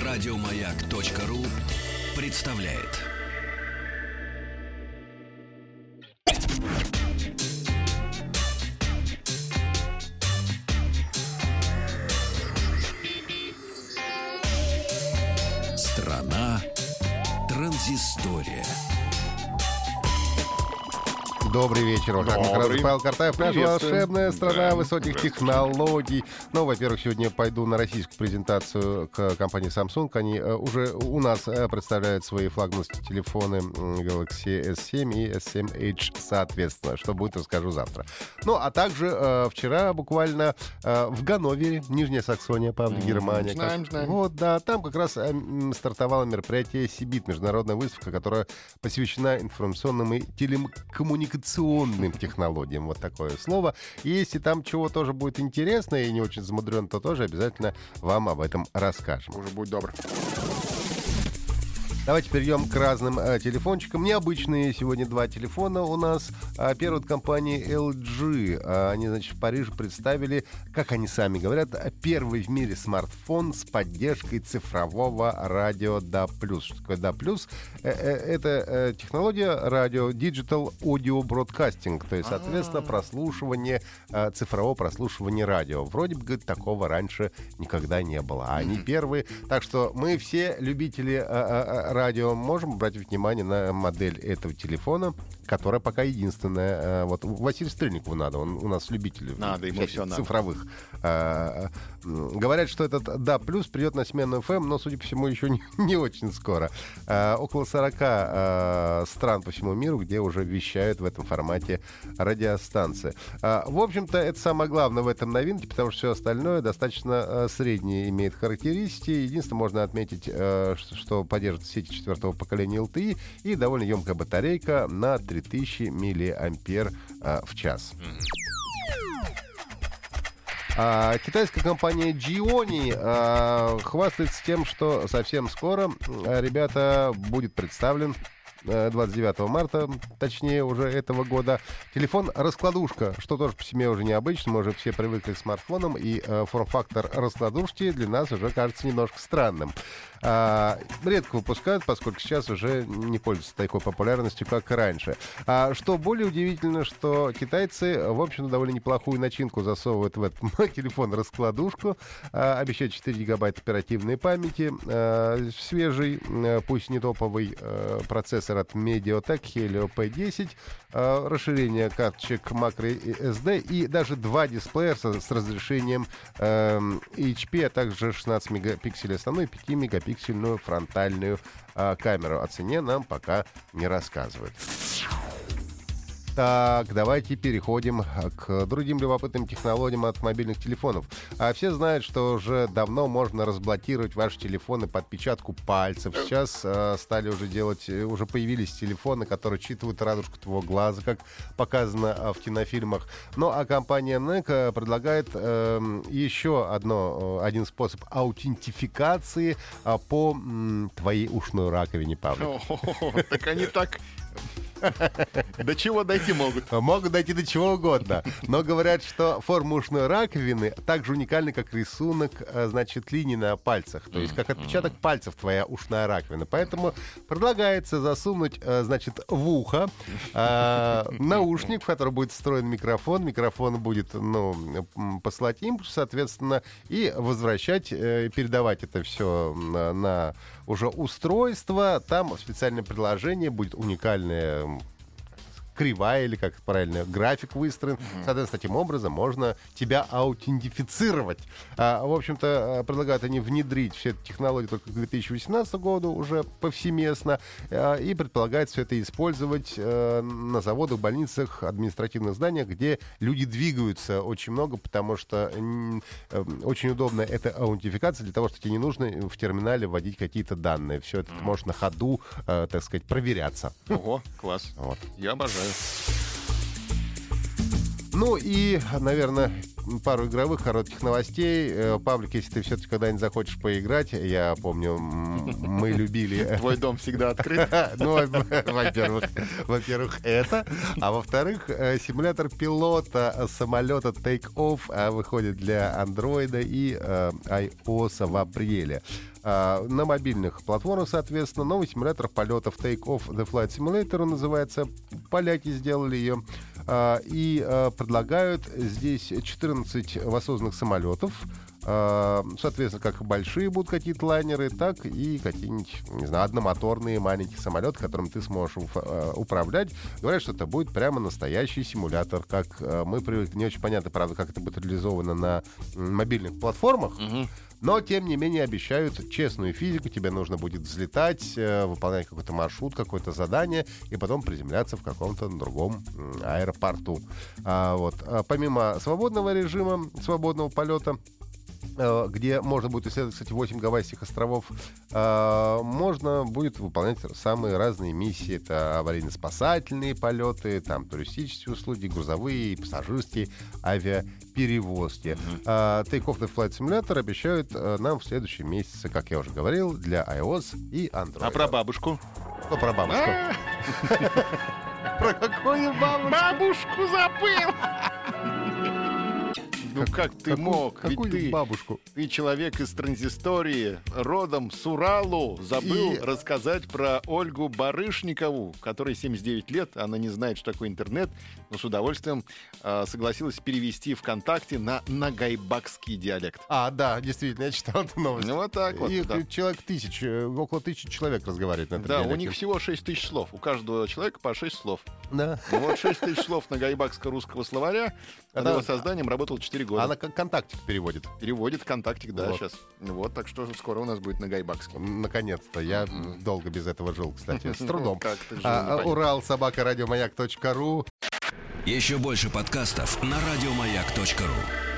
Радиомаяк.ру представляет. Страна транзистория. Добрый вечер, уважаемый Павел Картаев. Наша волшебная страна высоких технологий. Ну, во-первых, сегодня я пойду на российскую презентацию к компании Samsung. Они уже у нас представляют свои флагманские телефоны Galaxy S7 и S7 Edge, соответственно. Что будет, расскажу завтра. Ну, а также вчера буквально в Ганновере, Нижняя Саксония, Павел, Германия. Знаем. Вот, да, там как раз стартовало мероприятие CeBIT, международная выставка, которая посвящена информационным и телекоммуникационным технологиям, вот такое слово. И если там чего тоже будет интересно и не очень замудрено, то тоже обязательно вам об этом расскажем. Уже будь добр. Давайте перейдем к разным телефончикам. Необычные сегодня два телефона у нас. Первый от компании LG. Они, значит, в Париже представили, как они сами говорят, первый в мире смартфон с поддержкой цифрового радио DA+. Что такое DA+? Это технология радио Digital Audio Broadcasting, то есть, соответственно, прослушивание, цифрового прослушивания радио. Вроде бы, говорит, такого раньше никогда не было. А они первые. Так что мы все любители радио можем обратить внимание на модель этого телефона, которая пока единственная. Вот Василию Стрельникову надо, он у нас любитель цифровых. Говорят, что этот DA+ придет на смену FM, но, судя по всему, еще не очень скоро. Около 40 стран по всему миру, где уже вещают в этом формате радиостанции. В общем-то, это самое главное в этом новинке, потому что все остальное достаточно средние имеет характеристики. Единственное, можно отметить, что поддерживает сети четвертого поколения LTE и довольно емкая батарейка на 3000 миллиампер в час. Китайская компания Gionee хвастается тем, что совсем скоро, ребята, будет представлен 29 марта, точнее, уже этого года, телефон-раскладушка, что тоже по себе уже необычно. Мы уже все привыкли к смартфонам, и форм-фактор раскладушки для нас уже кажется немножко странным. Редко выпускают, поскольку сейчас уже не пользуются такой популярностью, как и раньше. Что более удивительно, что китайцы, в общем-то, довольно неплохую начинку засовывают в этот телефон-раскладушку. Обещают 4 гигабайта оперативной памяти, свежий, пусть не топовый процессор от Mediatek Helio P10, расширение карточек microSD и даже два дисплея с разрешением HP, а также 16 мегапикселей основной и 5 мегапиксельную фронтальную камеру. О цене нам пока не рассказывают. Так, давайте переходим к другим любопытным технологиям от мобильных телефонов. Все знают, что уже давно можно разблокировать ваши телефоны по отпечатку пальцев. Сейчас стали уже делать, уже появились телефоны, которые считывают радужку твоего глаза, как показано в кинофильмах. Ну, а компания NEC предлагает еще один способ аутентификации по твоей ушной раковине, Павел. Так они так... До чего дойти могут? Могут дойти до чего угодно. Но говорят, что форма ушной раковины так же уникальна, как рисунок, значит, линий на пальцах. То есть, как отпечаток пальцев твоя ушная раковина. Поэтому предлагается засунуть, значит, в ухо наушник, в который будет встроен микрофон. Микрофон будет, посылать импульс, соответственно, и возвращать, передавать это все на уже устройство. Там специальное приложение будет уникальное, кривая, или как правильно, график выстроен. Соответственно, таким образом можно тебя аутентифицировать. В общем-то, предлагают они внедрить все эти технологии только к 2018 году уже повсеместно. И предполагают все это использовать на заводах, больницах, административных зданиях, где люди двигаются очень много, потому что очень удобно эта аутентификация для того, что тебе не нужно в терминале вводить какие-то данные. Все это может на ходу, так сказать, проверяться. Ого, класс. Вот. Я обожаю. Ну и, наверное, пару игровых коротких новостей. Павлик, если ты все-таки когда-нибудь захочешь поиграть, я помню, мы любили... Твой дом всегда открыт. Ну, во-первых, это. А во-вторых, симулятор пилота самолета Take-Off выходит для Android и iOS в апреле. На мобильных платформах, соответственно, новый симулятор полетов Take-Off The Flight Simulator называется. Поляки сделали ее. И предлагают здесь 14 воздушных самолетов. Соответственно, как большие будут какие-то лайнеры, так и какие-нибудь, не знаю, одномоторные маленькие самолеты, которым ты сможешь управлять. Говорят, что это будет прямо настоящий симулятор, как мы привыкли. Не очень понятно, правда, как это будет реализовано на мобильных платформах. Но, тем не менее, обещают честную физику. Тебе нужно будет взлетать, выполнять какой-то маршрут, какое-то задание, и потом приземляться в каком-то другом аэропорту. Помимо свободного режима, свободного полета, где можно будет исследовать, кстати, 8 Гавайских островов, можно будет выполнять самые разные миссии. Это аварийно-спасательные полеты, там туристические услуги, грузовые, пассажирские авиаперевозки. Take-Off The Flight Simulator обещают нам в следующем месяце, как я уже говорил, для iOS и Android. А про бабушку? Что про бабушку? Про какую бабушку? Бабушку забыл! Ну как ты мог? Ведь Какую бабушку? Ты человек из транзистории, родом с Уралу. Забыл рассказать про Ольгу Барышникову, которой 79 лет. Она не знает, что такое интернет, но с удовольствием согласилась перевести ВКонтакте на нагайбакский диалект. Да, действительно, я читал эту новость. Ну вот так вот. И да. около 1000 человек разговаривает на этом Да, диалекте. у них всего 6000 слов. У каждого человека по 6 слов. Да. Ну вот 6000 слов нагайбакско-русского словаря. Над его созданием работал 4 года. Она как контактик переводит. Переводит ВКонтактик, да, Вот. сейчас. Вот, так что скоро у нас будет нагайбакский. Наконец-то. Я долго без этого жил, кстати. С трудом. Как ты жил, непонятно. Урал@радиомаяк.ру. Еще больше подкастов на радиомаяк.ру.